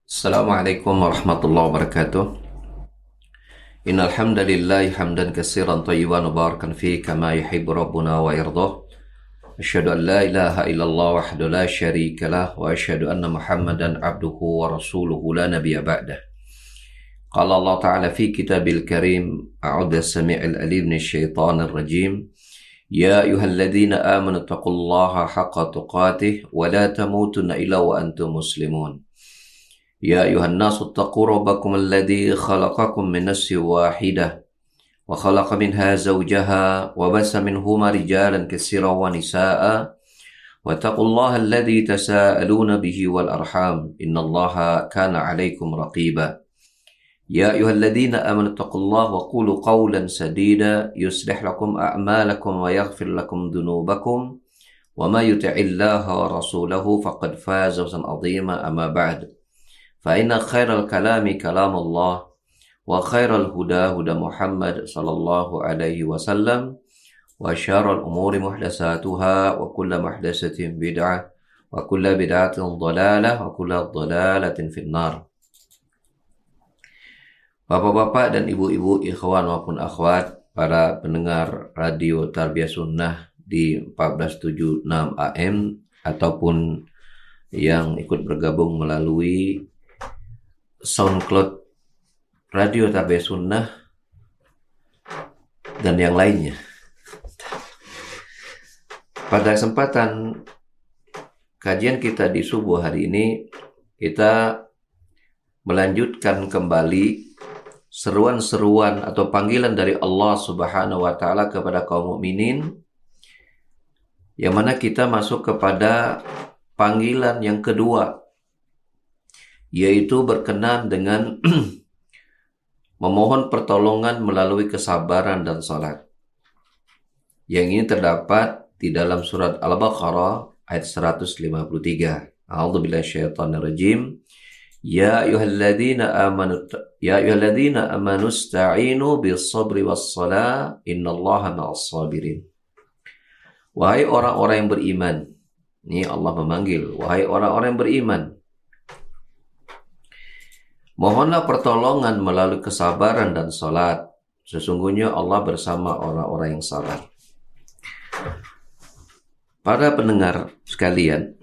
Assalamualaikum warahmatullahi wabarakatuh. Innal hamdalillah hamdan katsiran thayyiban mubarakan fi kama yuhibbu rabbuna wa yardah. Asyhadu an la ilaha illallah wahdahu la syarika lah wa asyhadu anna Muhammadan abduhu wa rasuluhu la nabiyya ba'dah. Qala Allah Ta'ala fi kitabil karim, a'udzu samii'il alim minasyaitonir rajim. Ya ayyuhalladzina amanu taqullaha haqqa tuqatih wa la tamutunna illa wa antum muslimun. يا أيها الناس اتقوا ربكم الذي خلقكم من نفس واحدة وخلق منها زوجها وبث منهما رجالا كثيرا ونساء واتقوا الله الذي تساءلون به والأرحام إن الله كان عليكم رقيبا يا أيها الذين آمنوا اتقوا الله وقولوا قولا سديدا يصلح لكم أعمالكم ويغفر لكم ذنوبكم وما يطع الله ورسوله فقد فاز فوزا عظيما أما بعد فإن خير الكلام كلام الله وخير الهدى هدى محمد صلى الله عليه وسلم وشر الأمور محدثاتها وكل محدثة بدعة وكل بدعة ضلالة وكل ضلالة في النار. Bapak-bapak dan ibu-ibu, ikhwan maupun akhwat, para pendengar radio Tarbiyah Sunnah di 1476 AM ataupun yang ikut bergabung melalui SoundCloud Radio Tarbiyah Sunnah dan yang lainnya. Pada kesempatan kajian kita di subuh hari ini, kita melanjutkan kembali seruan-seruan atau panggilan dari Allah Subhanahu wa taala kepada kaum mukminin, yang mana kita masuk kepada panggilan yang kedua, yaitu berkenan dengan memohon pertolongan melalui kesabaran dan salat. Yang ini terdapat di dalam surat Al-Baqarah ayat 153. A'udzubillahi minasyaitonirrajim. Ya ayyuhalladzina amanu ista'inu bis-sabri was-shalah innallaha ma'as-sabirin. Wahai orang-orang yang beriman. Ini Allah memanggil, wahai orang-orang yang beriman, mohonlah pertolongan melalui kesabaran dan salat. Sesungguhnya Allah bersama orang-orang yang sabar. Para pendengar sekalian,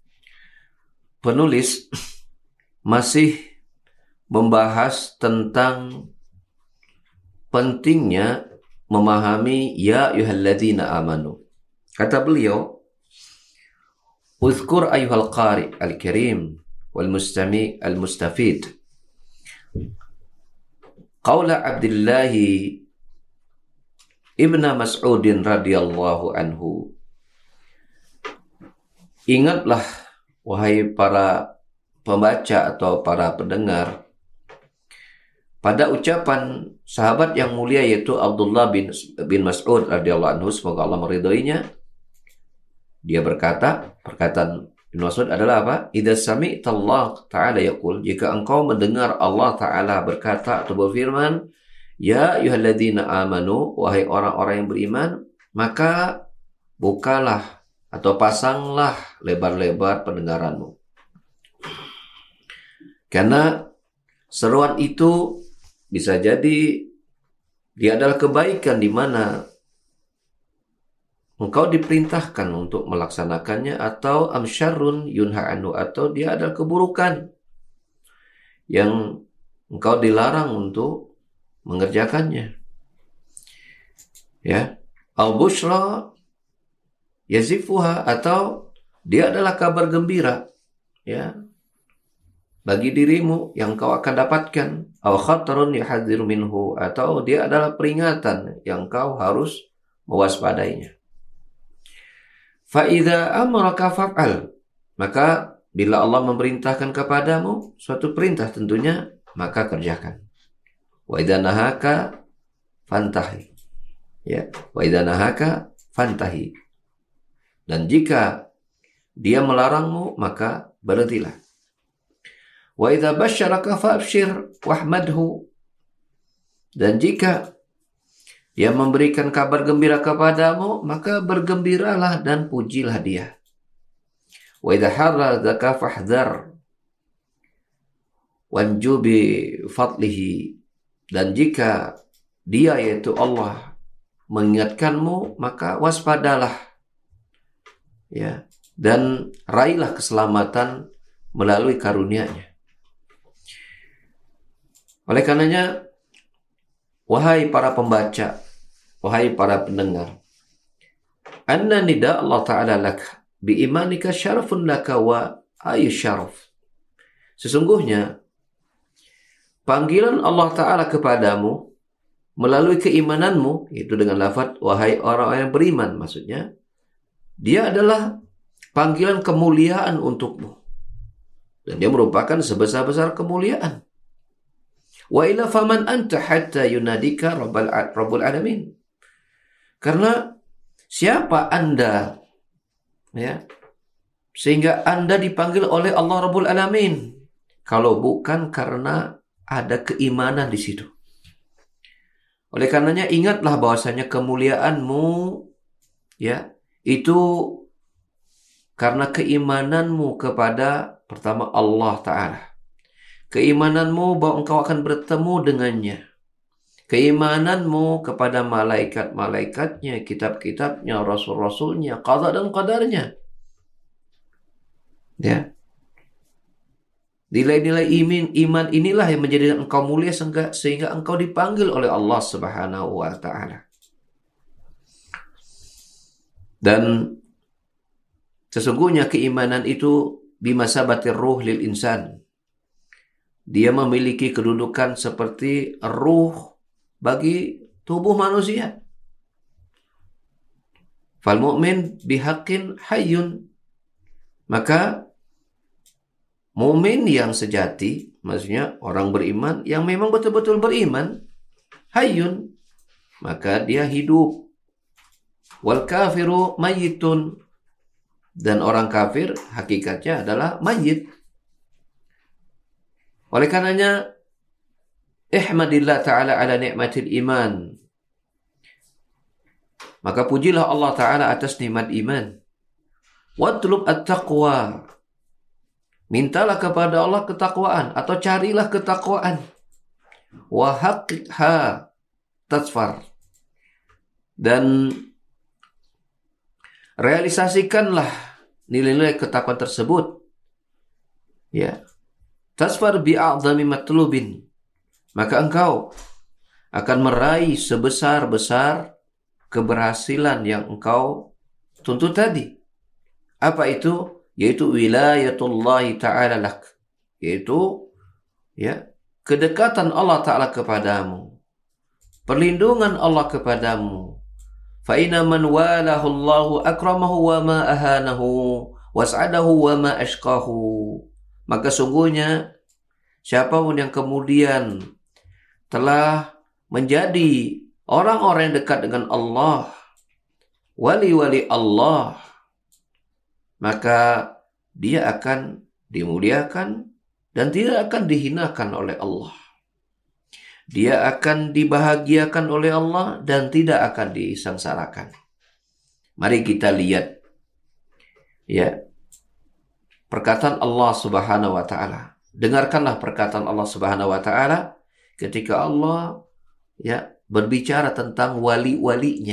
penulis masih membahas tentang pentingnya memahami ya ayyuhalladzina amanu. Kata beliau, "Uzkur ayyuhal qari al-karim wal mustami al-mustafid Qaula Abdullah ibn Mas'ud radhiyallahu anhu." Ingatlah wahai para pembaca atau para pendengar pada ucapan sahabat yang mulia, yaitu Abdullah bin Mas'ud radhiyallahu anhu, semoga Allah meridhoinya. Dia berkata, perkataan Ibn Mas'ud adalah apa? Idza sami'ta Allah Ta'ala yaqul, jika engkau mendengar Allah Ta'ala berkata atau berfirman, ya ayyuhalladzina amanu, wahai orang-orang yang beriman, maka bukalah atau pasanglah lebar-lebar pendengaranmu. Karena seruan itu bisa jadi dia adalah kebaikan di mana engkau diperintahkan untuk melaksanakannya, atau amsyarrun yunha anhu, atau dia adalah keburukan yang engkau dilarang untuk mengerjakannya. Ya, al-bushra yazifuha, atau dia adalah kabar gembira, ya, bagi dirimu yang kau akan dapatkan. Aw khatarun yuhadziru minhu, atau dia adalah peringatan yang kau harus mewaspadainya. Fa idza amaraka fa'al, maka bila Allah memerintahkan kepadamu suatu perintah tentunya, maka kerjakan. Wa idza nahaka fantahi. Ya, wa idza nahaka fantahi. Dan jika dia melarangmu, maka berhentilah. Wa idza basyaraka fa'abshir wahmadhu. Dan jika dia memberikan kabar gembira kepadamu, maka bergembiralah dan pujilah dia. Wa idza harradzaka fahdhar. wanju bi fadlihi, dan jika dia yaitu Allah mengingatkanmu, maka waspadalah, ya, dan raihlah keselamatan melalui karunia-Nya. Oleh karenanya, wahai para pembaca, wahai para pendengar, anna nida Allah Ta'ala lak bi imanika syarafun laka wa ayu syaraf. Sesungguhnya panggilan Allah Ta'ala kepadamu melalui keimananmu, itu dengan lafaz wahai orang-orang yang beriman, maksudnya dia adalah panggilan kemuliaan untukmu, dan dia merupakan sebesar-besar kemuliaan. Wa ila faman anta hatta yunadika rabbul alamin. Karena siapa Anda, ya, sehingga Anda dipanggil oleh Allah Rabbul Alamin, kalau bukan karena ada keimanan di situ. Oleh karenanya ingatlah bahwasanya kemuliaanmu, ya, itu karena keimananmu kepada pertama Allah Ta'ala. Keimananmu bahwa engkau akan bertemu dengannya. Keimananmu kepada malaikat-malaikatnya, kitab-kitabnya, rasul-rasulnya, qada dan qadarnya. Ya. Nilai-nilai iman inilah yang menjadikan engkau mulia sehingga engkau dipanggil oleh Allah Subhanahu wa Ta'ala. Dan sesungguhnya keimanan itu bimasabatir ruh lil insan. Dia memiliki kedudukan seperti ruh bagi tubuh manusia. Fal mu'min bihaqqin hayyun. Maka mukmin yang sejati, maksudnya orang beriman yang memang betul-betul beriman, hayyun, maka dia hidup. Wal kafiru mayyitun, dan orang kafir hakikatnya adalah mayyit. Oleh karenanya, ihmadillah ta'ala ala ni'matil iman. Maka pujilah Allah Ta'ala atas nikmat iman. Watlub at-taqwa. Mintalah kepada Allah ketakwaan, atau carilah ketakwaan. Wa haqqiqha tasfar. Dan realisasikanlah nilai-nilai ketakwaan tersebut. Ya. Tasfar bi'a'zami matlubin. Maka engkau akan meraih sebesar-besar keberhasilan yang engkau tuntut tadi. Apa itu? Yaitu wilayatullahi ta'ala lak. Yaitu, ya, kedekatan Allah Ta'ala kepadamu. Perlindungan Allah kepadamu. Fa'ina man walahu Allahu akramahu wa ma ahanahu was'adahu wa ma ashqahu. Maka sungguhnya siapapun yang kemudian telah menjadi orang-orang yang dekat dengan Allah, wali-wali Allah, maka dia akan dimuliakan dan tidak akan dihinakan oleh Allah. Dia akan dibahagiakan oleh Allah dan tidak akan disengsarakan. Mari kita lihat, ya, perkataan Allah Subhanahu wa Ta'ala. Dengarkanlah perkataan Allah Subhanahu wa Ta'ala ketika Allah, ya, berbicara tentang wali-walinya.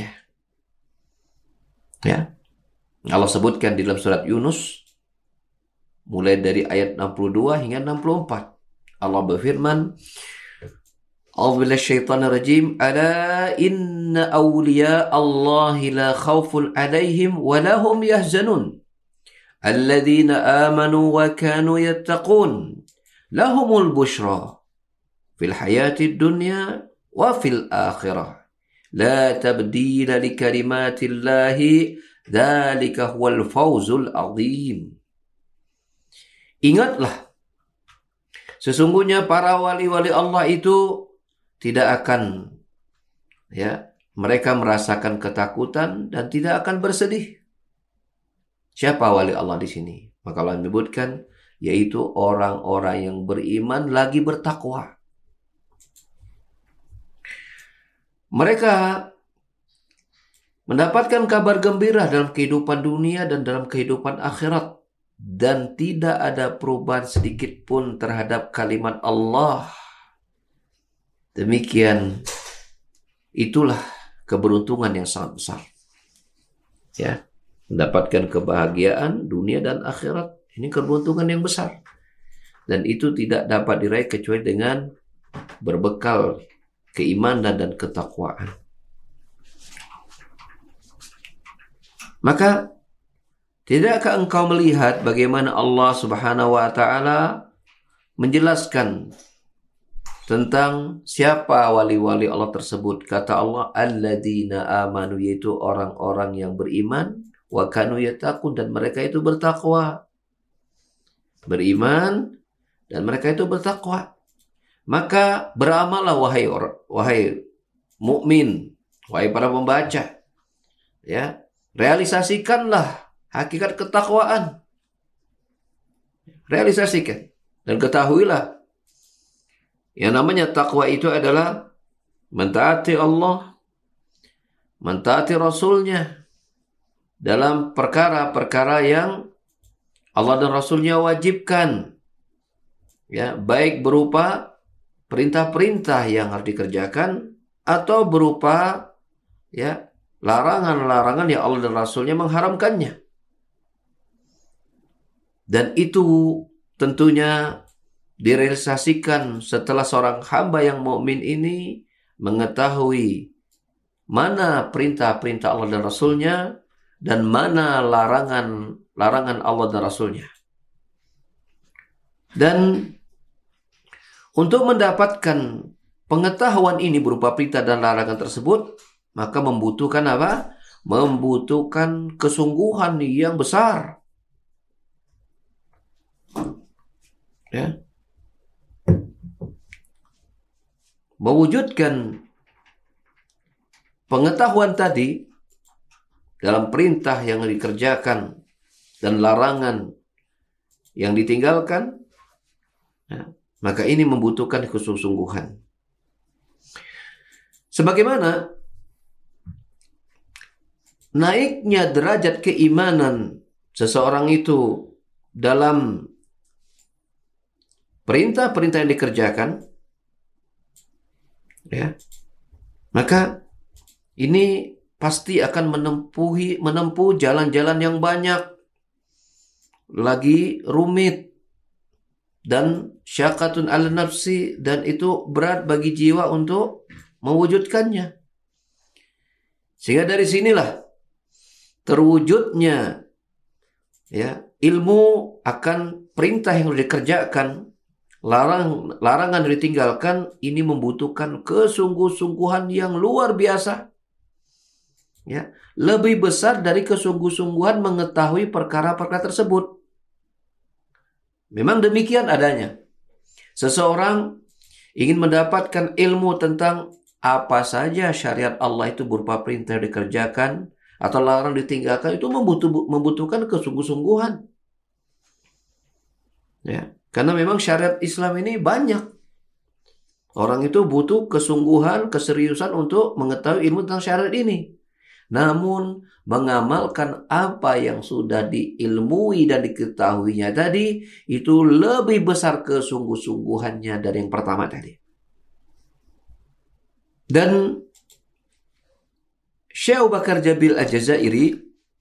Ya. Allah sebutkan di dalam surat Yunus mulai dari ayat 62 hingga 64. Allah berfirman, A'udzubillahi minasyaitonir rajim. Ala inna awliya Allahi la khaufun 'alaihim wa lahum yahzanun. Alladzina amanu wa kanu yattaqun. Lahumul busyra fil hayatid dunya wa fil akhirah. La tabdila li kalimatillahi dzalika huwal fawzul azim. Ingatlah, sesungguhnya para wali-wali Allah itu tidak akan, ya, mereka merasakan ketakutan dan tidak akan bersedih. Siapa wali Allah di sini? Maka Allah menyebutkan, yaitu orang-orang yang beriman lagi bertakwa. Mereka mendapatkan kabar gembira dalam kehidupan dunia dan dalam kehidupan akhirat. dan tidak ada perubahan sedikit pun terhadap kalimat Allah. Demikian, itulah keberuntungan yang sangat besar. Ya, mendapatkan kebahagiaan dunia dan akhirat. Ini keberuntungan yang besar. Dan itu tidak dapat diraih kecuali dengan berbekal keimanan dan ketakwaan. Maka, tidakkah engkau melihat bagaimana Allah Subhanahu wa Ta'ala menjelaskan tentang siapa wali-wali Allah tersebut? Kata Allah, alladzina amanu, yaitu orang-orang yang beriman, wa kanu yattaqun, dan mereka itu bertakwa. Beriman dan mereka itu bertakwa. Maka beramallah wahai mukmin, wahai para pembaca. Ya, realisasikanlah hakikat ketakwaan. Realisasikan dan ketahuilah yang namanya takwa itu adalah mentaati Allah, mentaati Rasulnya dalam perkara-perkara yang Allah dan Rasulnya wajibkan. Ya, baik berupa perintah-perintah yang harus dikerjakan atau berupa ya larangan-larangan yang Allah dan Rasulnya mengharamkannya. Dan itu tentunya direalisasikan setelah seorang hamba yang mukmin ini mengetahui mana perintah-perintah Allah dan Rasulnya dan mana larangan Allah dan Rasulnya. Dan untuk mendapatkan pengetahuan ini berupa perintah dan larangan tersebut, maka membutuhkan apa? Membutuhkan kesungguhan yang besar. Ya. Mewujudkan pengetahuan tadi dalam perintah yang dikerjakan dan larangan yang ditinggalkan, ya, maka ini membutuhkan kesungguhan. Sebagaimana naiknya derajat keimanan seseorang itu dalam perintah-perintah yang dikerjakan, ya, maka ini pasti akan menempuh jalan-jalan yang banyak, lagi rumit dan syakatun ala nafsi, dan itu berat bagi jiwa untuk mewujudkannya. Sehingga dari sinilah terwujudnya ya ilmu akan perintah yang dikerjakan, larangan yang ditinggalkan. Ini membutuhkan kesungguh-sungguhan yang luar biasa. Ya, lebih besar dari kesungguh-sungguhan mengetahui perkara-perkara tersebut. Memang demikian adanya. Seseorang ingin mendapatkan ilmu tentang apa saja syariat Allah itu berupa perintah dikerjakan atau larang ditinggalkan, itu membutuhkan kesungguh-sungguhan. Ya, karena memang syariat Islam ini banyak. Orang itu butuh kesungguhan, keseriusan untuk mengetahui ilmu tentang syariat ini. Namun mengamalkan apa yang sudah diilmui dan diketahuinya tadi, itu lebih besar kesungguh-sungguhannya dari yang pertama tadi. Dan Syekh Abu Bakar Jabil Al-Jazairi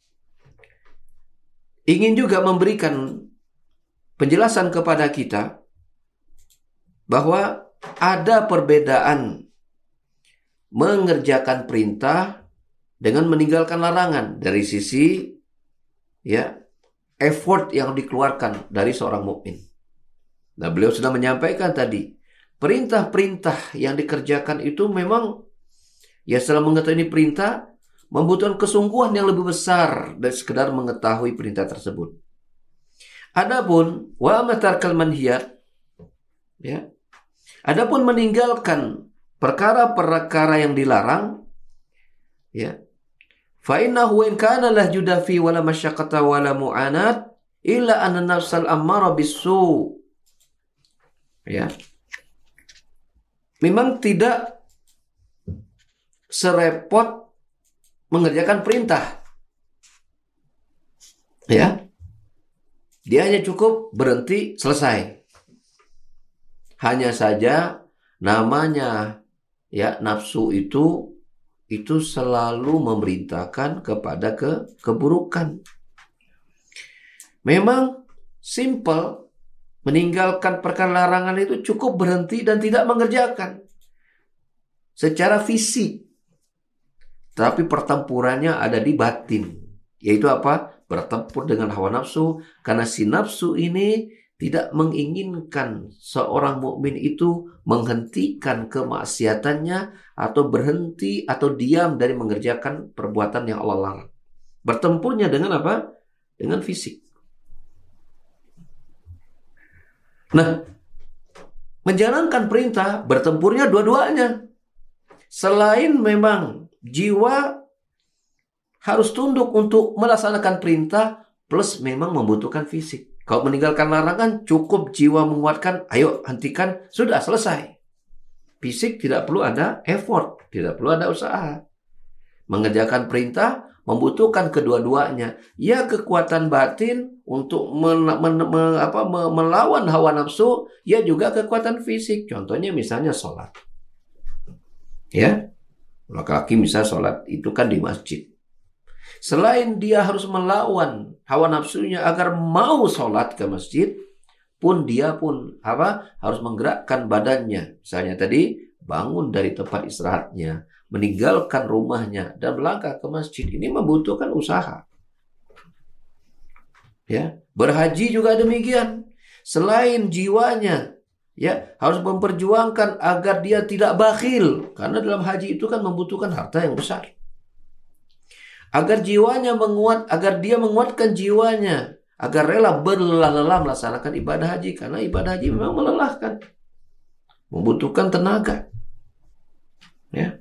ingin juga memberikan penjelasan kepada kita bahwa ada perbedaan mengerjakan perintah dengan meninggalkan larangan dari sisi ya effort yang dikeluarkan dari seorang mukmin. Nah, beliau sudah menyampaikan tadi, perintah-perintah yang dikerjakan itu memang ya setelah mengetahui ini perintah membutuhkan kesungguhan yang lebih besar dari sekedar mengetahui perintah tersebut. Adapun wa matarkal manhiyat, ya, adapun meninggalkan perkara-perkara yang dilarang, ya, fa innahu in kana la judafi wala masyaqqata wala mu'anat illa anna nafsal ammara bisu. Ya. Memang tidak serepot mengerjakan perintah. Ya. Dia hanya cukup berhenti, selesai. Hanya saja namanya ya nafsu itu selalu memerintahkan kepada keburukan. Memang simple, meninggalkan perkara larangan itu cukup berhenti dan tidak mengerjakan secara fisik. Tapi pertempurannya ada di batin. Yaitu apa? Bertempur dengan hawa nafsu. Karena si nafsu ini tidak menginginkan seorang mukmin itu menghentikan kemaksiatannya atau berhenti atau diam dari mengerjakan perbuatan yang Allah larang. Bertempurnya dengan apa? Dengan fisik. Nah, menjalankan perintah, bertempurnya dua-duanya. Selain memang jiwa harus tunduk untuk melaksanakan perintah, plus memang membutuhkan fisik. Kalau meninggalkan larangan, cukup jiwa menguatkan, ayo hentikan, sudah selesai. Fisik tidak perlu ada effort, tidak perlu ada usaha. Mengerjakan perintah membutuhkan kedua-duanya. Ya kekuatan batin untuk melawan hawa nafsu, ya juga kekuatan fisik. Contohnya misalnya sholat. Ya, laki-laki misalnya sholat itu kan di masjid. Selain dia harus melawan hawa nafsunya agar mau sholat ke masjid, dia pun harus menggerakkan badannya. Misalnya tadi bangun dari tempat istirahatnya, meninggalkan rumahnya dan melangkah ke masjid. Ini membutuhkan usaha. Ya, berhaji juga demikian. Selain jiwanya harus memperjuangkan agar dia tidak bakhil, karena dalam haji itu kan membutuhkan harta yang besar. Agar jiwanya menguat, agar dia menguatkan jiwanya, agar rela berlelah-lelah melaksanakan ibadah haji, karena ibadah haji memang melelahkan, membutuhkan tenaga. Ya.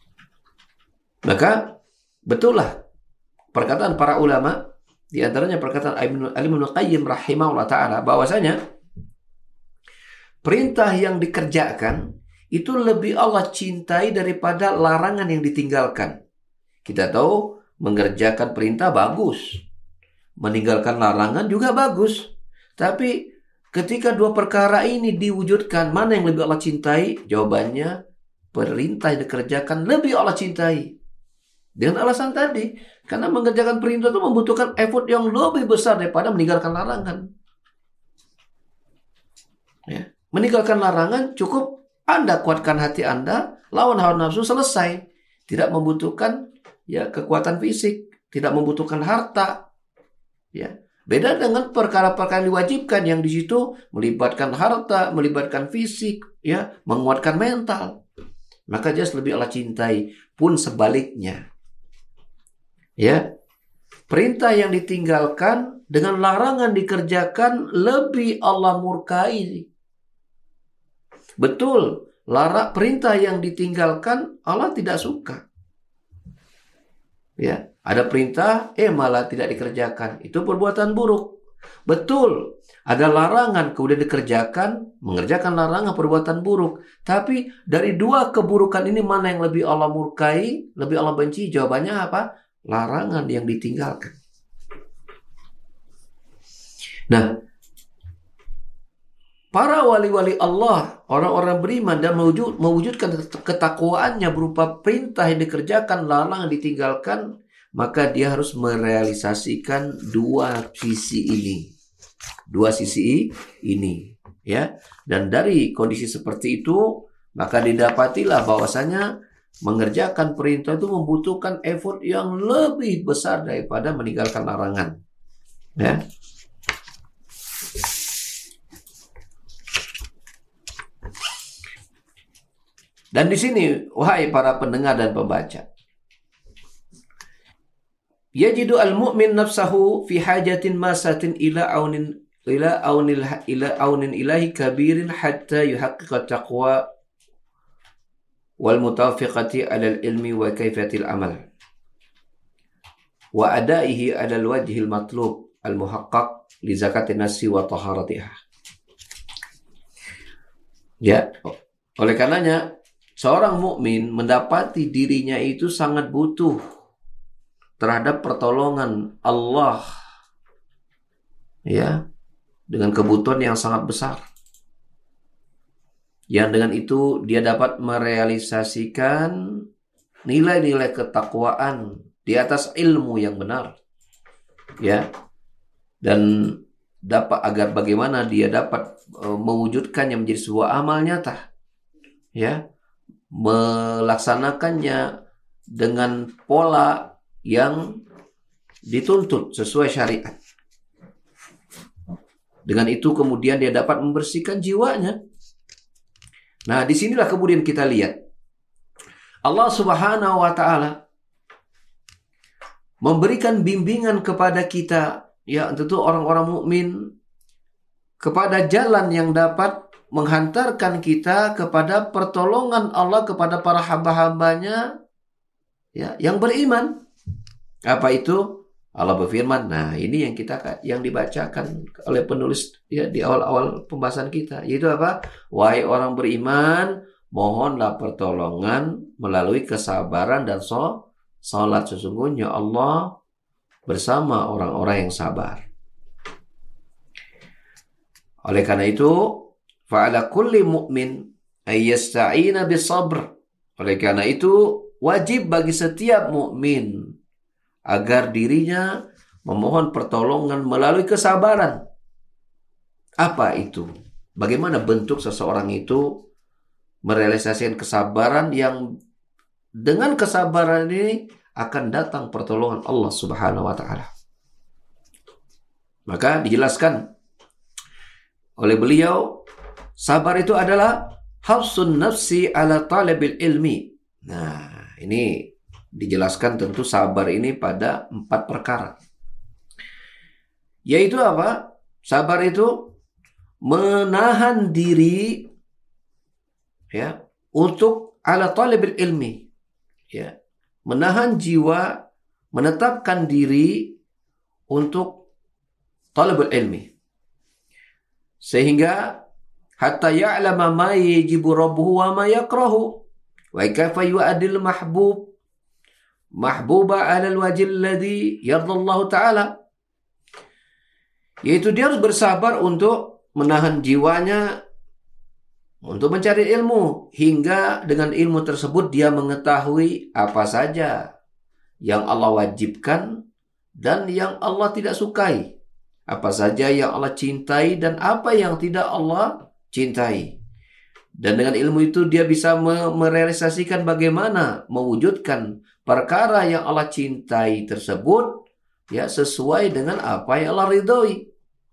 Maka betullah perkataan para ulama, di antaranya perkataan Ibnu Qayyim rahimahullah taala, bahwasanya perintah yang dikerjakan itu lebih Allah cintai daripada larangan yang ditinggalkan. Kita tahu mengerjakan perintah bagus, meninggalkan larangan juga bagus. Tapi ketika dua perkara ini diwujudkan, mana yang lebih Allah cintai? Jawabannya, perintah yang dikerjakan lebih Allah cintai. Dengan alasan tadi, karena mengerjakan perintah itu membutuhkan effort yang lebih besar daripada meninggalkan larangan. Ya. Meninggalkan larangan cukup Anda kuatkan hati Anda, lawan hawa nafsu, selesai. Tidak membutuhkan kekuatan fisik, tidak membutuhkan harta. Ya. Beda dengan perkara-perkara yang diwajibkan yang di situ melibatkan harta, melibatkan fisik, menguatkan mental. Maka jelas lebih Allah cintai. Pun sebaliknya. Ya. Perintah yang ditinggalkan dengan larangan dikerjakan lebih Allah murkai. Betul, perintah yang ditinggalkan Allah tidak suka. Ya, ada perintah malah tidak dikerjakan. Itu perbuatan buruk. Betul, ada larangan kemudian dikerjakan, mengerjakan larangan perbuatan buruk. Tapi dari dua keburukan ini mana yang lebih Allah murkai, lebih Allah benci? Jawabannya apa? Larangan yang ditinggalkan. Nah, para wali-wali Allah, orang-orang beriman dan mewujudkan ketakwaannya berupa perintah yang dikerjakan, larangan yang ditinggalkan, maka dia harus merealisasikan dua sisi ini. Ya. Dan dari kondisi seperti itu, maka didapatilah bahwasanya mengerjakan perintah itu membutuhkan effort yang lebih besar daripada meninggalkan larangan. Ya. Dan di sini, wahai para pendengar dan pembaca, yajidu al-mu'min nafsahu fi hajatin masatin ila aunin ilahi kabirin hatta yuhaqqiqa taqwa wal mutafiqati ala al-ilmi wa kayfiyatil amal wa adaihi ala al-wajhil matlub al-muhaqqaq li zakatin nafsi wa taharatiha. Ya, oleh karenanya seorang mukmin mendapati dirinya itu sangat butuh terhadap pertolongan Allah, ya, dengan kebutuhan yang sangat besar. Yang dengan itu dia dapat merealisasikan nilai-nilai ketakwaan di atas ilmu yang benar. Ya. Dan dapat agar bagaimana dia dapat mewujudkannya menjadi sebuah amal nyata. Ya. Melaksanakannya dengan pola yang dituntut sesuai syariat. Dengan itu kemudian dia dapat membersihkan jiwanya. Nah, disinilah kemudian kita lihat Allah Subhanahu wa Ta'ala memberikan bimbingan kepada kita, ya tentu orang-orang mukmin, kepada jalan yang dapat menghantarkan kita kepada pertolongan Allah kepada para hamba-hambanya, ya, yang beriman. Apa itu? Allah berfirman. Nah, ini yang dibacakan oleh penulis ya di awal-awal pembahasan kita, yaitu apa? Wahai orang beriman, mohonlah pertolongan melalui kesabaran dan salat. Sesungguhnya Allah bersama orang-orang yang sabar. Oleh karena itu, fa'ala kulli mu'min ay yasta'ina bisabr. Oleh karena itu, wajib bagi setiap mukmin agar dirinya memohon pertolongan melalui kesabaran. Apa itu? Bagaimana bentuk seseorang itu merealisasikan kesabaran yang dengan kesabaran ini akan datang pertolongan Allah Subhanahu wa Ta'ala. Maka dijelaskan oleh beliau, sabar itu adalah hafsun nafsi ala talabil ilmi. Nah, ini dijelaskan tentu sabar ini pada 4 perkara. Yaitu apa? Sabar itu menahan diri ya untuk ala talabil ilmi. Ya, menahan jiwa, menetapkan diri untuk talabul ilmi. Sehingga hatta ya'lama ma yajibu rabbuhu wa ma yakrahu wa kaifa yu'adil mahbuba 'ala al-wajhi alladhi yardallahu ta'ala. Yaitu dia harus bersabar untuk menahan jiwanya untuk mencari ilmu, hingga dengan ilmu tersebut dia mengetahui apa saja yang Allah wajibkan dan yang Allah tidak sukai, apa saja yang Allah cintai dan apa yang tidak Allah cintai. Dan dengan ilmu itu dia bisa merealisasikan bagaimana mewujudkan perkara yang Allah cintai tersebut ya sesuai dengan apa yang Allah ridhoi.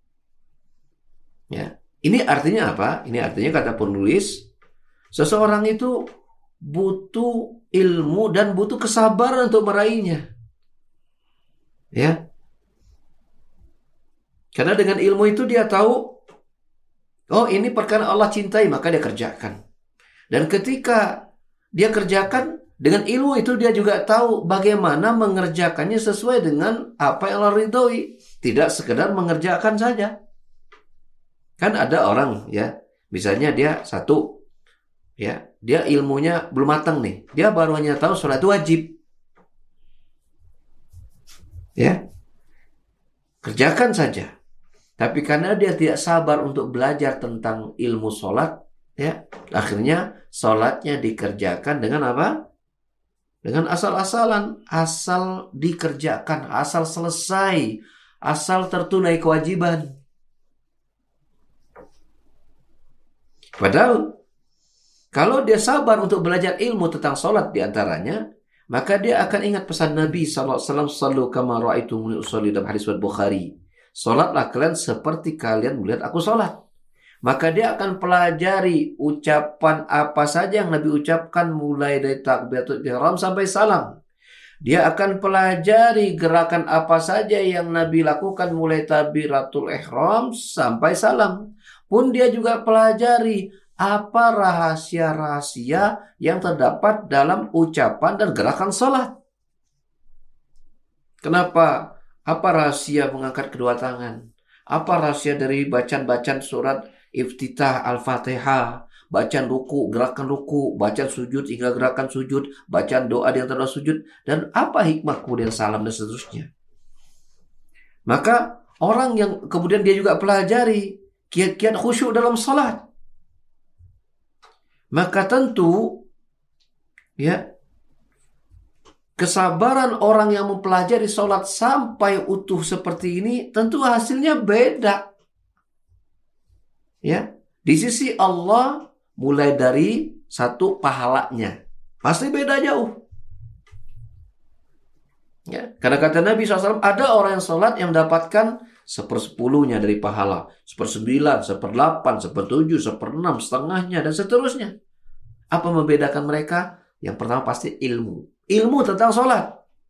Ya. Ini artinya apa? Ini artinya kata penulis, seseorang itu butuh ilmu dan butuh kesabaran untuk meraihnya. Ya. Karena dengan ilmu itu dia tahu, oh ini perkara Allah cintai, maka dia kerjakan. Dan ketika dia kerjakan, dengan ilmu itu dia juga tahu bagaimana mengerjakannya sesuai dengan apa yang Allah ridhoi. Tidak sekedar mengerjakan saja. Kan ada orang ya, misalnya dia satu, ya dia ilmunya belum matang nih, dia baru hanya tahu sholat itu wajib, ya kerjakan saja. Tapi karena dia tidak sabar untuk belajar tentang ilmu sholat, ya akhirnya sholatnya dikerjakan dengan apa? Dengan asal-asalan, asal dikerjakan, asal selesai, asal tertunai kewajiban. Padahal kalau dia sabar untuk belajar ilmu tentang sholat diantaranya, maka dia akan ingat pesan Nabi SAW, sallu kama ra'aitumuni usolli, dalam hadis Bukhari. Sholatlah kalian seperti kalian melihat aku sholat. Maka dia akan pelajari ucapan apa saja yang Nabi ucapkan mulai dari takbiratul ihram sampai salam. Dia akan pelajari gerakan apa saja yang Nabi lakukan mulai takbiratul ihram sampai salam. Pun dia juga pelajari apa rahasia-rahasia yang terdapat dalam ucapan dan gerakan sholat. Kenapa? Apa rahasia mengangkat kedua tangan? Apa rahasia dari bacaan-bacaan surat Iftitah Al-Fatihah, bacaan ruku, gerakan ruku, bacaan sujud hingga gerakan sujud, bacaan doa di antara sujud, dan apa hikmah kemudian salam dan seterusnya. Maka orang yang kemudian dia juga pelajari kiat-kiat khusyuk dalam salat, maka tentu ya kesabaran orang yang mempelajari salat sampai utuh seperti ini tentu hasilnya beda. Ya, di sisi Allah mulai dari satu pahalanya pasti beda jauh. Ya, karena kata Nabi SAW, ada orang yang sholat yang mendapatkan 1/10-nya dari pahala, 1/9, 1/8, 1/7, 1/6, setengahnya, dan seterusnya. Apa membedakan mereka? Yang pertama pasti ilmu. Ilmu tentang sholat.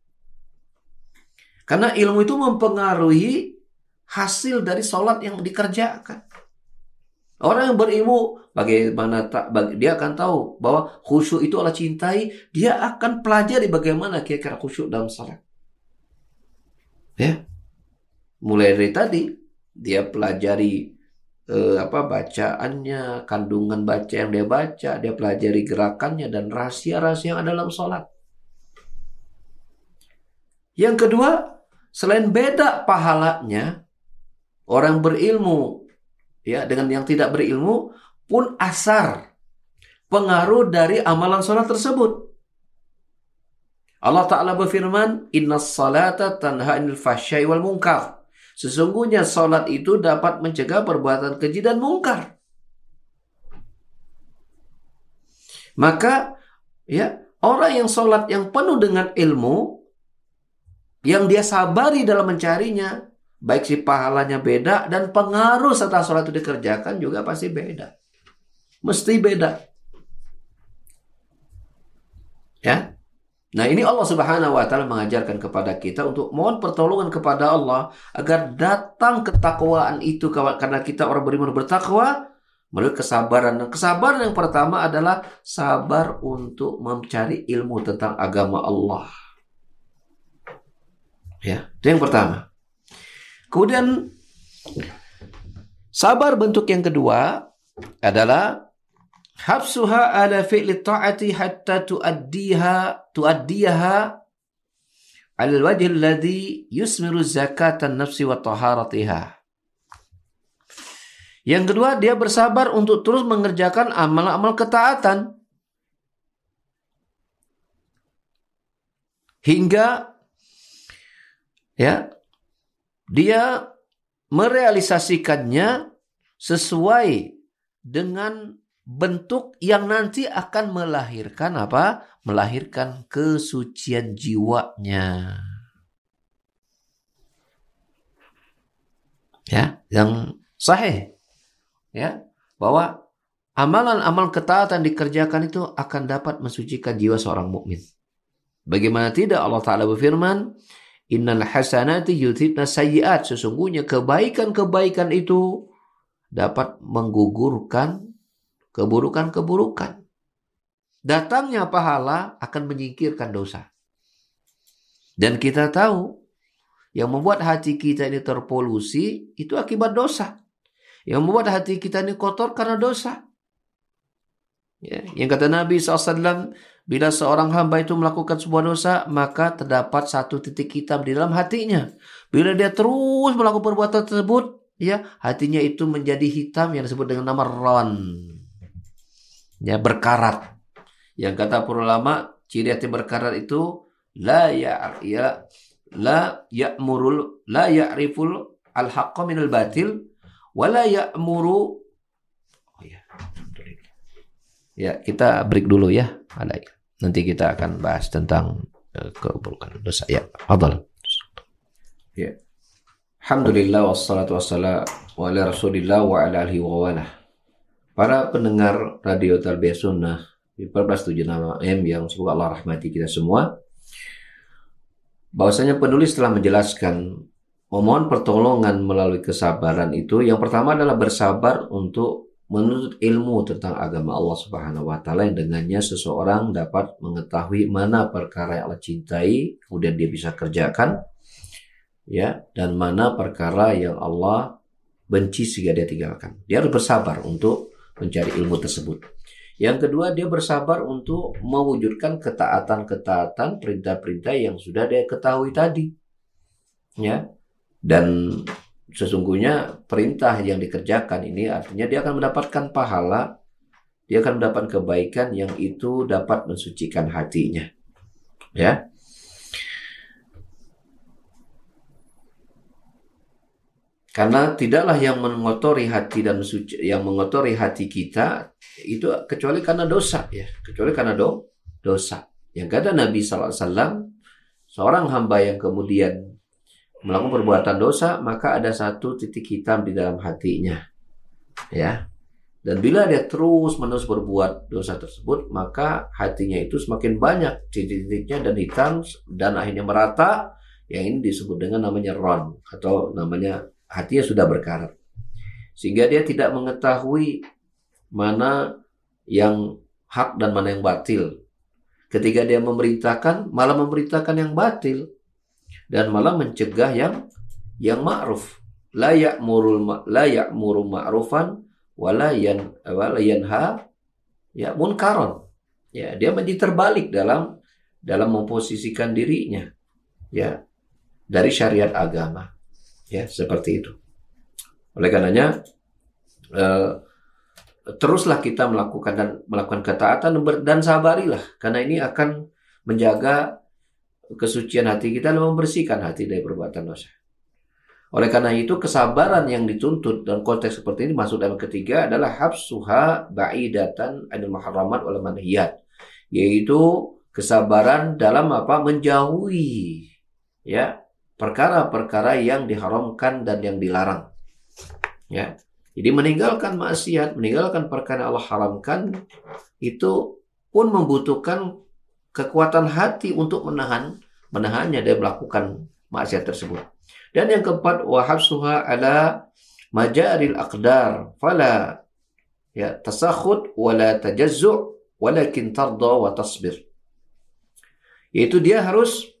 Karena ilmu itu mempengaruhi hasil dari sholat yang dikerjakan. Orang yang berilmu, bagaimana dia akan tahu bahwa khusyuk itu Allah cintai, dia akan pelajari bagaimana kira-kira khusyuk dalam sholat. Ya, mulai dari tadi dia pelajari bacaannya, kandungan baca yang dia baca, dia pelajari gerakannya dan rahasia-rahasia yang ada dalam sholat. Yang kedua, selain beda pahalanya, orang berilmu ya dengan yang tidak berilmu pun asar pengaruh dari amalan sholat tersebut. Allah Ta'ala berfirman, Innas salata tanha 'anil fahsya'i wal munkar. Sesungguhnya salat itu dapat mencegah perbuatan keji dan mungkar. Maka ya, orang yang salat yang penuh dengan ilmu, yang dia sabari dalam mencarinya, baik si pahalanya beda dan pengaruh setelah salat itu dikerjakan juga pasti beda. Mesti beda. Ya. Nah, ini Allah Subhanahu wa taala mengajarkan kepada kita untuk mohon pertolongan kepada Allah agar datang ketakwaan itu, karena kita orang beriman bertakwa melalui kesabaran. Dan kesabaran yang pertama adalah sabar untuk mencari ilmu tentang agama Allah. Ya, itu yang pertama. Kemudian sabar bentuk yang kedua adalah habsuha ala fi'li ta'ati hatta tuaddiyaha ala al-wajh alladhi yusmiru zakatan nafsi wa taharatiha. Yang kedua, dia bersabar untuk terus mengerjakan amal-amal ketaatan hingga ya dia merealisasikannya sesuai dengan bentuk yang nanti akan melahirkan apa? Melahirkan kesucian jiwanya. Ya, yang sahih. Ya, bahwa amalan-amalan ketaatan dikerjakan itu akan dapat mensucikan jiwa seorang mukmin. Bagaimana tidak, Allah Ta'ala berfirman, Innal hasanati yudhibna sayyi'at. Sesungguhnya kebaikan-kebaikan itu dapat menggugurkan keburukan-keburukan. Datangnya pahala akan menyingkirkan dosa. Dan kita tahu, yang membuat hati kita ini terpolusi, itu akibat dosa. Yang membuat hati kita ini kotor karena dosa. Ya, yang kata Nabi SAW, bila seorang hamba itu melakukan sebuah dosa, maka terdapat satu titik hitam di dalam hatinya. Bila dia terus melakukan perbuatan tersebut, ya, hatinya itu menjadi hitam yang disebut dengan nama ron. Ya, berkarat. Yang kata para ulama, ciri hati berkarat itu la ya'riful al-haqqa minal batil wa la ya'muru. Oh ya, alhamdulillah. Ya, kita break dulu ya. Nanti kita akan bahas tentang keburukan dosa. Ya, fadhal. Ya. Alhamdulillah wassalatu wassalamu ala Rasulillah wa ala alihi wa walah. Para pendengar Radio Tarbiyah Sunnah di 1476 AM yang semoga Allah rahmati kita semua, bahwasanya penulis telah menjelaskan memohon pertolongan melalui kesabaran itu. Yang pertama adalah bersabar untuk menuntut ilmu tentang agama Allah Subhanahu wa taala, yang dengannya seseorang dapat mengetahui mana perkara yang Allah cintai kemudian dia bisa kerjakan, ya, dan mana perkara yang Allah benci sehingga dia tinggalkan. Dia harus bersabar untuk mencari ilmu tersebut. Yang kedua, dia bersabar untuk mewujudkan ketaatan-ketaatan, perintah-perintah yang sudah dia ketahui tadi. Ya. Dan sesungguhnya perintah yang dikerjakan ini artinya dia akan mendapatkan pahala, dia akan mendapat kebaikan yang itu dapat mensucikan hatinya. Ya. Karena tidaklah yang mengotori hati dan yang mengotori hati kita itu kecuali karena dosa, ya, kecuali karena dosa. Yang kata Nabi SAW, seorang hamba yang kemudian melakukan perbuatan dosa, maka ada satu titik hitam di dalam hatinya, ya. Dan bila dia terus-menerus berbuat dosa tersebut, maka hatinya itu semakin banyak titik-titiknya dan hitam dan akhirnya merata. Yang ini disebut dengan namanya ron, atau namanya hatinya sudah berkarat. Sehingga dia tidak mengetahui mana yang hak dan mana yang batil. Ketika dia memerintahkan, malah memerintahkan yang batil dan malah mencegah yang ma'ruf. La ya'muru ma'rufan wala yanha ya munkaron. Ya, dia menjadi terbalik dalam memposisikan dirinya, ya, dari syariat agama. Ya, seperti itu. Oleh karenanya teruslah kita melakukan ketaatan dan sabarilah, karena ini akan menjaga kesucian hati kita dan membersihkan hati dari perbuatan dosa. Oleh karena itu kesabaran yang dituntut dalam konteks seperti ini, masuk dalam ketiga adalah habsuha ba'idatan anil muharramat wal manhiyat, yaitu kesabaran dalam menjauhi, ya, perkara-perkara yang diharamkan dan yang dilarang. Ya. Jadi meninggalkan maksiat, meninggalkan perkara Allah haramkan, itu pun membutuhkan kekuatan hati untuk menahannya dari melakukan maksiat tersebut. Dan yang keempat, wa habsuha ala majaril aqdar fala ya tasakhut wala tajazzu' walakin tarda wa tasbir. Yaitu dia harus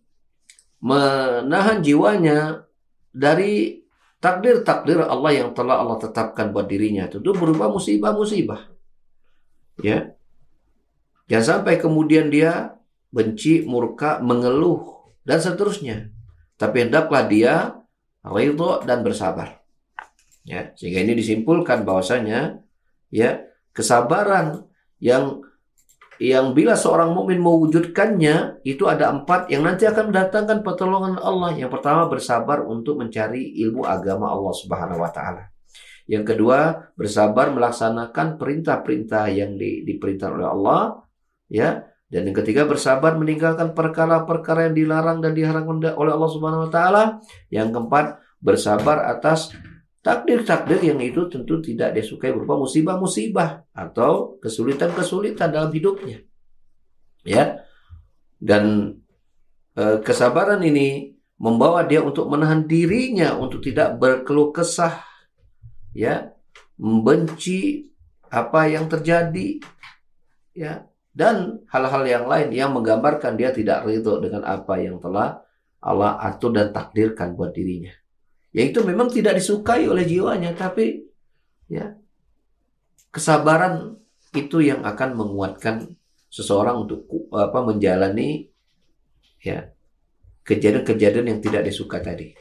menahan jiwanya dari takdir-takdir Allah yang telah Allah tetapkan buat dirinya. Tentu berupa musibah-musibah. Ya. Jangan sampai kemudian dia benci, murka, mengeluh, dan seterusnya. Tapi hendaklah dia ridho dan bersabar. Ya, sehingga ini disimpulkan bahwasanya, ya, kesabaran yang bila seorang mukmin mewujudkannya, itu ada 4 yang nanti akan mendatangkan pertolongan Allah. Yang pertama, bersabar untuk mencari ilmu agama Allah Subhanahu wa taala. Yang kedua, bersabar melaksanakan perintah-perintah yang diperintahkan oleh Allah, ya. Dan yang ketiga, bersabar meninggalkan perkara-perkara yang dilarang dan diharamkan oleh Allah Subhanahu wa taala. Yang keempat, bersabar atas takdir-takdir yang itu tentu tidak disukai, berupa musibah-musibah atau kesulitan-kesulitan dalam hidupnya. Ya. Dan kesabaran ini membawa dia untuk menahan dirinya untuk tidak berkeluh kesah, ya, membenci apa yang terjadi, ya, dan hal-hal yang lain yang menggambarkan dia tidak ridho dengan apa yang telah Allah atur dan takdirkan buat dirinya. Yaitu memang tidak disukai oleh jiwanya, tapi, ya, kesabaran itu yang akan menguatkan seseorang untuk menjalani, ya, kejadian-kejadian yang tidak disuka tadi.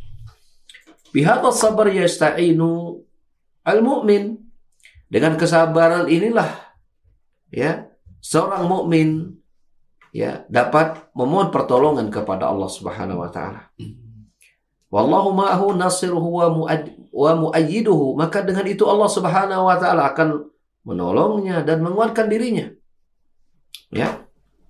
Bihadza sabar yasta'inu al-mu'min. Dengan kesabaran inilah, ya, seorang mukmin, ya, dapat memohon pertolongan kepada Allah Subhanahu wa taala. Wallahu ma'ahu nasiruhu wa mu'ayyiduhu. Maka dengan itu Allah Subhanahu wa taala akan menolongnya dan menguatkan dirinya. Ya.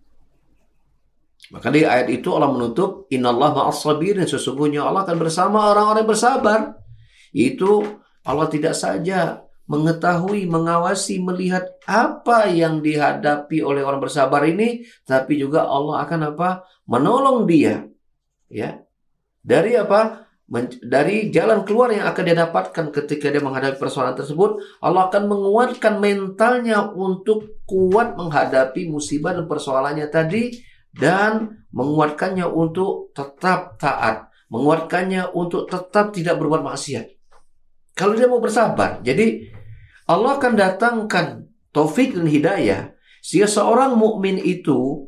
Maka di ayat itu Allah menutup, innallaha ma'as sabirin, sesungguhnya Allah akan bersama orang-orang yang bersabar. Itu Allah tidak saja mengetahui, mengawasi, melihat apa yang dihadapi oleh orang bersabar ini, tapi juga Allah akan menolong dia, ya, dari dari jalan keluar yang akan dia dapatkan ketika dia menghadapi persoalan tersebut. Allah akan menguatkan mentalnya untuk kuat menghadapi musibah dan persoalannya tadi, dan menguatkannya untuk tetap taat, menguatkannya untuk tetap tidak berbuat maksiat. Kalau dia mau bersabar, jadi Allah akan datangkan taufik dan hidayah sehingga seorang mukmin itu,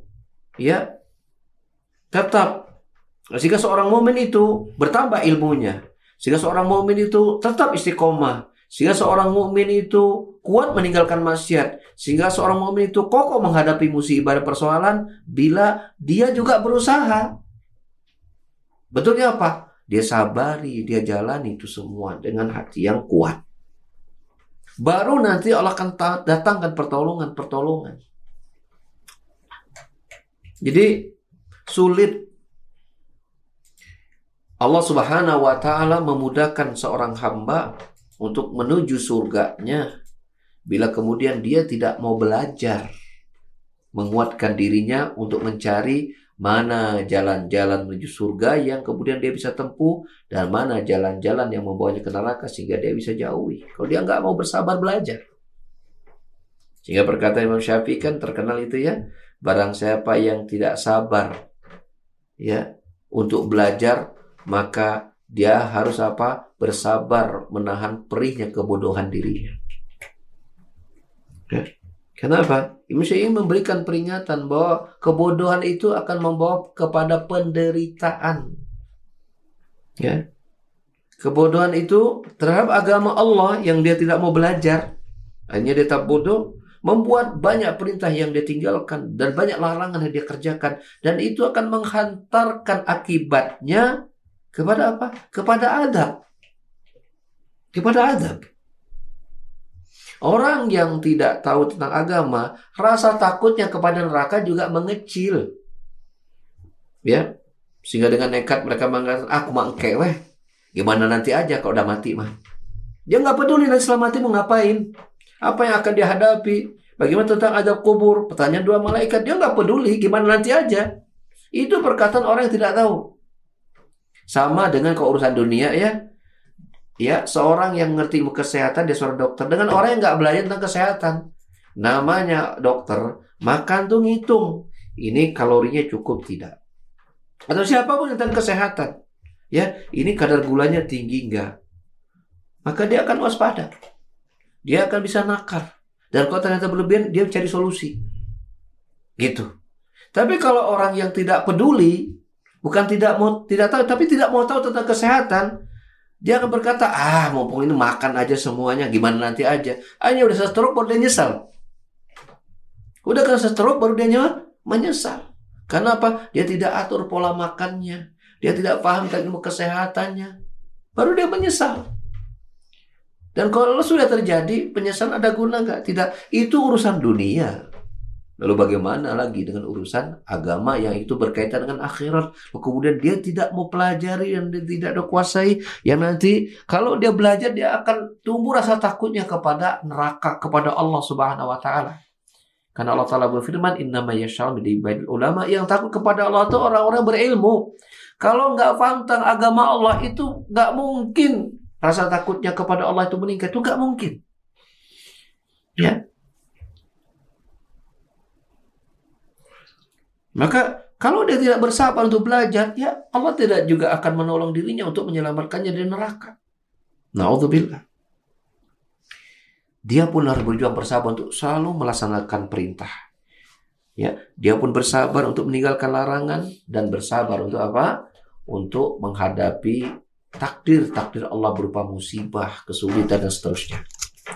sehingga seorang mukmin itu bertambah ilmunya, Sehingga seorang mukmin itu tetap istiqomah. Sehingga seorang mukmin itu kuat meninggalkan maksiat. Sehingga seorang mukmin itu kokoh menghadapi musibah dan persoalan bila dia juga berusaha. Betulnya apa? Dia sabari, dia jalani itu semua dengan hati yang kuat. Baru nanti Allah akan datangkan pertolongan. Jadi sulit Allah Subhanahu wa Ta'ala memudahkan seorang hamba untuk menuju surganya bila kemudian dia tidak mau belajar, menguatkan dirinya untuk mencari mana jalan-jalan menuju surga yang kemudian dia bisa tempuh dan mana jalan-jalan yang membawanya ke neraka sehingga dia bisa jauhi. Kalau dia nggak mau bersabar belajar. Sehingga perkataan Imam Syafi'i kan terkenal itu ya, barang siapa yang tidak sabar ya untuk belajar, maka dia harus apa? Bersabar menahan perihnya kebodohan dirinya. Ya. Kenapa? Imam Syafi'i memberikan peringatan bahwa kebodohan itu akan membawa kepada penderitaan. Ya. Kebodohan itu terhadap agama Allah yang dia tidak mau belajar, hanya dia tak bodoh, membuat banyak perintah yang dia tinggalkan dan banyak larangan yang dia kerjakan, dan itu akan menghantarkan akibatnya kepada apa? Kepada adab. Orang yang tidak tahu tentang agama, rasa takutnya kepada neraka juga mengecil. Ya. Sehingga dengan nekat mereka mengatakan, aku mah engke weh. Gimana nanti aja kalau udah mati mah. Dia nggak peduli nanti setelah mati mau ngapain. Apa yang akan dia hadapi. Bagaimana tentang adab kubur. Pertanyaan dua malaikat. Dia nggak peduli. Gimana nanti aja. Itu perkataan orang yang tidak tahu. Sama dengan keurusan dunia ya. Ya, seorang yang ngerti ilmu kesehatan, dia seorang dokter. Dengan orang yang nggak belajar tentang kesehatan. Namanya dokter, makan tuh ngitung. Ini kalorinya cukup tidak. Atau siapapun tentang kesehatan. Ya, ini kadar gulanya tinggi nggak. Maka dia akan waspada. Dia akan bisa nakar. Dan kalau ternyata berlebihan, dia cari solusi. Gitu. Tapi kalau orang yang tidak peduli, bukan tidak tahu, tapi tidak mau tahu tentang kesehatan, dia akan berkata, mumpung ini makan aja semuanya, gimana nanti aja. Hanya udah stroke baru dia nyesal. Udah kena stroke baru dia menyesal. Karena apa? Dia tidak atur pola makannya. Dia tidak paham tentang ilmu kesehatannya. Baru dia menyesal. Dan kalau sudah terjadi, penyesalan ada guna nggak? Tidak. Itu urusan dunia. Lalu bagaimana lagi dengan urusan agama yang itu berkaitan dengan akhirat? Kemudian dia tidak mau pelajari dan dia tidak ada kuasai. Yang nanti kalau dia belajar dia akan tumbuh rasa takutnya kepada neraka, kepada Allah Subhanahu wa Ta'ala. Karena Allah Ta'ala berfirman, innama yasha'u bid'ibadil ulama. Yang takut kepada Allah itu orang-orang berilmu. Kalau nggak paham tentang agama Allah itu nggak mungkin rasa takutnya kepada Allah itu meningkat. Itu nggak mungkin. Ya. Maka kalau dia tidak bersabar untuk belajar, ya Allah tidak juga akan menolong dirinya untuk menyelamatkannya dari neraka. Na'udzubillah. Dia pun harus berjuang bersabar untuk selalu melaksanakan perintah. Ya, dia pun bersabar untuk meninggalkan larangan dan bersabar untuk apa? Untuk menghadapi takdir Allah berupa musibah, kesulitan dan seterusnya.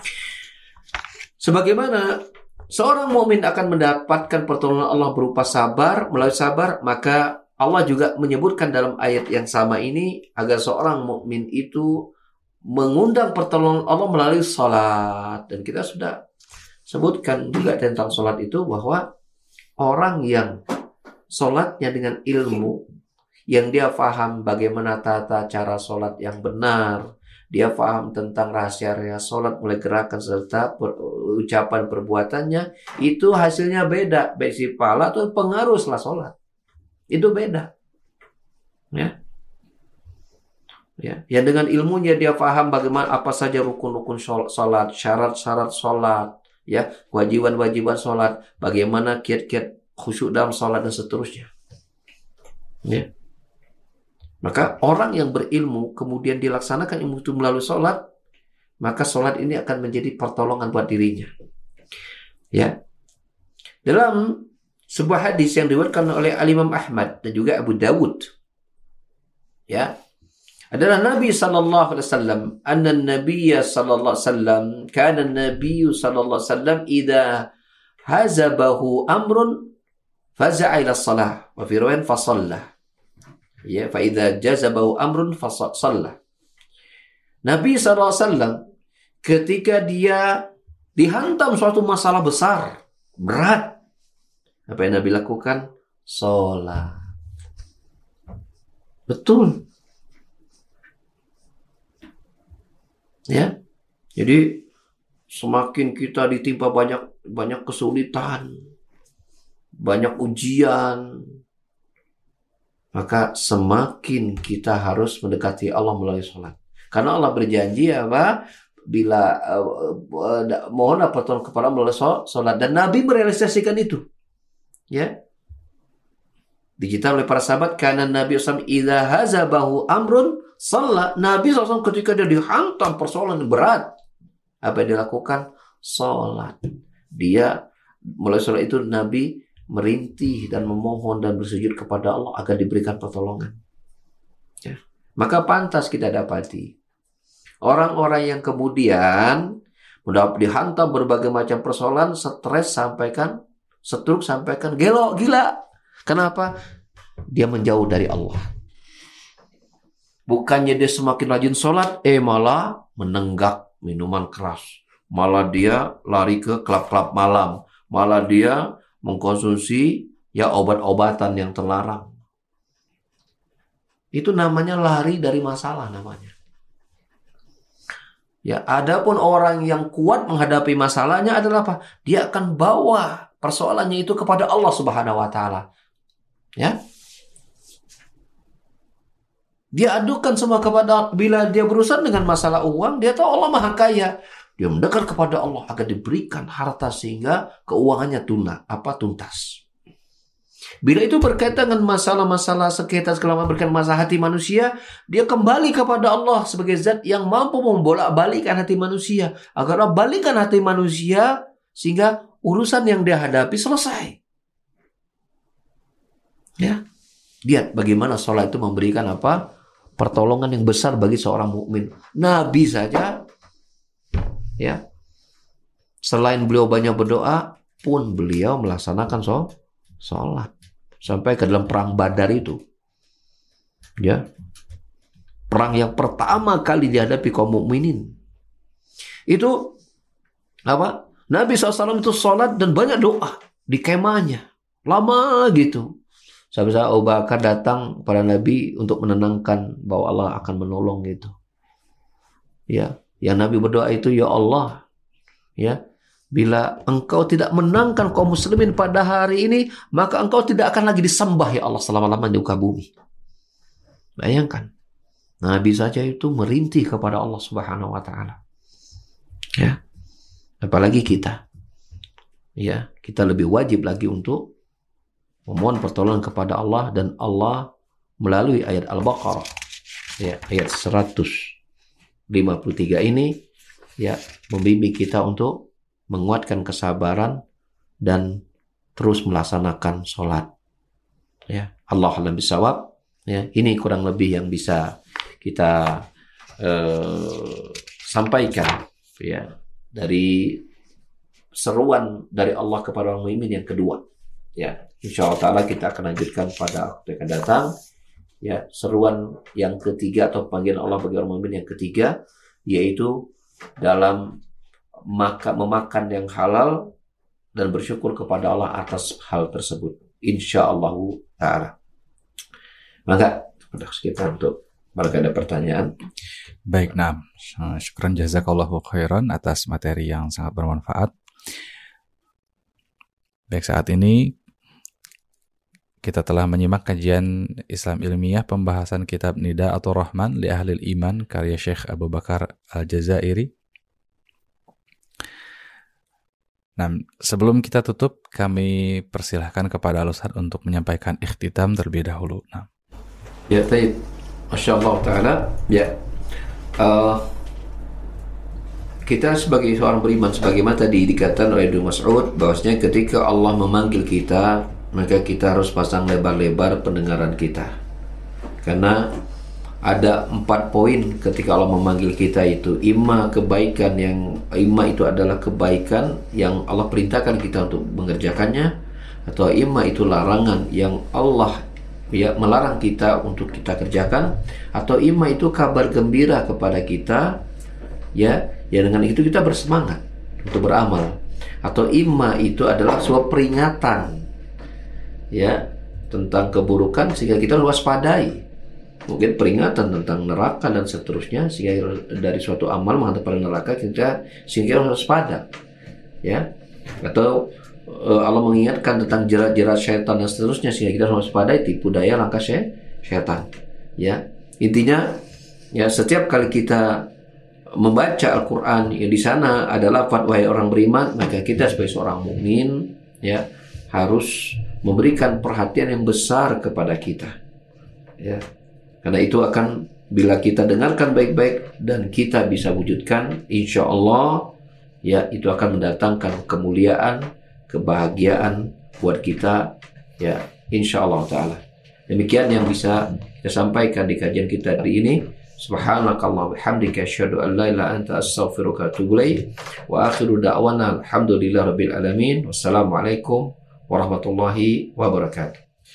Sebagaimana seorang mukmin akan mendapatkan pertolongan Allah berupa sabar, melalui sabar, maka Allah juga menyebutkan dalam ayat yang sama ini agar seorang mukmin itu mengundang pertolongan Allah melalui salat. Dan kita sudah sebutkan juga tentang salat itu bahwa orang yang salatnya dengan ilmu, yang dia paham bagaimana tata cara salat yang benar, dia paham tentang rahasia-rahasia salat mulai gerakan serta ucapan perbuatannya, itu hasilnya beda. Baik si pahala atau pengaruh setelah salat. Itu beda. Ya. Ya, yang dengan ilmunya dia paham bagaimana apa saja rukun-rukun salat, syarat-syarat salat, ya, kewajiban-kewajiban salat, bagaimana kiat-kiat khusyuk dalam salat dan seterusnya. Ya. Maka orang yang berilmu kemudian dilaksanakan ilmu itu melalui salat, maka salat ini akan menjadi pertolongan buat dirinya. Ya. Dalam sebuah hadis yang diriwayatkan oleh Imam Ahmad dan juga Abu Dawud, ya, adalah Nabi sallallahu alaihi wasallam. Anna Nabiyya sallallahu alaihi wasallam kana Nabiyyu sallallahu alaihi wasallam idza hazabahu amrun faza'a ila shalah wa fi riwayatin fa shalla. Ya, fa idza jazabahu amrun fa shalla. Nabi sallallahu alaihi wasallam ketika dia dihantam suatu masalah besar, berat, apa yang Nabi lakukan? Sholat. Betul. Ya. Jadi semakin kita ditimpa banyak kesulitan, banyak ujian, maka semakin kita harus mendekati Allah melalui sholat. Karena Allah berjanji apa? Bila mohon pertolongan kepada melalui sholat, dan Nabi merealisasikan itu. Ya. Digital oleh para sahabat, karena Nabi SAW idza hazabahu amrun shalla. Nabi SAW ketika dia dihantam persoalan berat, apa yang dilakukan? Sholat. Dia mulai sholat itu Nabi merintih dan memohon dan bersujud kepada Allah agar diberikan pertolongan. Ya. Maka pantas kita dapati orang-orang yang kemudian dihantam berbagai macam persoalan, stres sampaikan, stroke sampaikan, gila. Kenapa? Dia menjauh dari Allah. Bukannya dia semakin rajin sholat, malah menenggak minuman keras. Malah dia lari ke klub-klub malam. Malah dia mengkonsumsi obat-obatan yang terlarang. Itu namanya lari dari masalah namanya. Ya, adapun orang yang kuat menghadapi masalahnya adalah apa? Dia akan bawa persoalannya itu kepada Allah Subhanahu wa taala. Ya. Dia adukan semua kepada Allah. Bila dia berurusan dengan masalah uang, dia tahu Allah Maha Kaya. Dia mendekat kepada Allah agar diberikan harta sehingga keuangannya tuntas. Bila itu berkaitan dengan masalah-masalah sengketa segala macam berkaitan masalah hati manusia, dia kembali kepada Allah sebagai zat yang mampu membolak-balikkan hati manusia, agar Allah balikkan hati manusia sehingga urusan yang dia hadapi selesai. Ya, lihat bagaimana sholat itu memberikan apa? Pertolongan yang besar bagi seorang mukmin. Nabi saja, ya, selain beliau banyak berdoa, pun beliau melaksanakan sholat. Sampai ke dalam perang Badar itu. Ya. Perang yang pertama kali dihadapi kaum mukminin. Itu apa? Nabi SAW itu sholat dan banyak doa di kemahnya. Lama gitu. Sampai Abu Bakar datang pada Nabi untuk menenangkan bahwa Allah akan menolong gitu. Ya, yang Nabi berdoa itu, ya Allah, ya, bila engkau tidak menangkan kaum muslimin pada hari ini, maka engkau tidak akan lagi disembah ya Allah selama-lamanya di muka bumi. Bayangkan, Nabi saja itu merintih kepada Allah Subhanahu wa taala. Ya. Apalagi kita. Ya, kita lebih wajib lagi untuk memohon pertolongan kepada Allah, dan Allah melalui ayat Al-Baqarah, ya, ayat 153 ini, ya, membimbing kita untuk menguatkan kesabaran dan terus melaksanakan sholat. Ya, Allah a'lam bishawab. Ya, ini kurang lebih yang bisa kita sampaikan, ya, dari seruan dari Allah kepada orang mukmin yang kedua. Ya, insyaallah taala kita akan lanjutkan pada waktu yang akan datang. Ya, seruan yang ketiga atau panggilan Allah bagi orang mukmin yang ketiga, yaitu dalam memakan yang halal dan bersyukur kepada Allah atas hal tersebut. Insyaallah taala. Maka pada kita untuk barangkali ada pertanyaan. Baik, nah, syukran jazakallahu khairan atas materi yang sangat bermanfaat. Baik, saat ini kita telah menyimak kajian Islam ilmiah pembahasan kitab Nida atau Rahman li Ahlil Iman karya Syekh Abu Bakar Al-Jazairi. Nah, sebelum kita tutup, kami persilahkan kepada Al-Ustaz untuk menyampaikan ikhtitam terlebih dahulu. Nah. Ya, baik. Masya Allah Ta'ala. Ya. Kita sebagai seorang beriman, sebagaimana tadi dikatakan oleh Ibnu Mas'ud, bahwasanya ketika Allah memanggil kita, maka kita harus pasang lebar-lebar pendengaran kita. Karena ada 4 poin ketika Allah memanggil kita itu. Imma itu adalah kebaikan yang Allah perintahkan kita untuk mengerjakannya, atau imma itu larangan yang Allah melarang kita untuk kita kerjakan, atau imma itu kabar gembira kepada kita, ya dengan itu kita bersemangat untuk beramal, atau imma itu adalah sebuah peringatan ya tentang keburukan sehingga kita waspadai. Mungkin peringatan tentang neraka dan seterusnya, sehingga dari suatu amal menghadap pada neraka sehingga harus waspada, ya. Atau Allah mengingatkan tentang jerat-jerat syaitan dan seterusnya, sehingga kita harus waspadai tipu daya langkah syaitan. Ya, intinya ya setiap kali kita membaca Al-Quran yang di sana adalah wahai orang beriman, maka kita sebagai seorang mukmin ya harus memberikan perhatian yang besar kepada kita. Ya. Karena itu akan, bila kita dengarkan baik-baik dan kita bisa wujudkan, insya Allah ya itu akan mendatangkan kemuliaan, kebahagiaan buat kita ya, insya Allah ta'ala. Demikian yang bisa kita sampaikan di kajian kita hari ini. Subhanakallah bihamdika asyhadu an la ilaha illa anta astaghfiruka wa atubu ilaik. Wa akhiru da'wana alhamdulillahi rabbil alamin. Wassalamualaikum warahmatullahi wabarakatuh.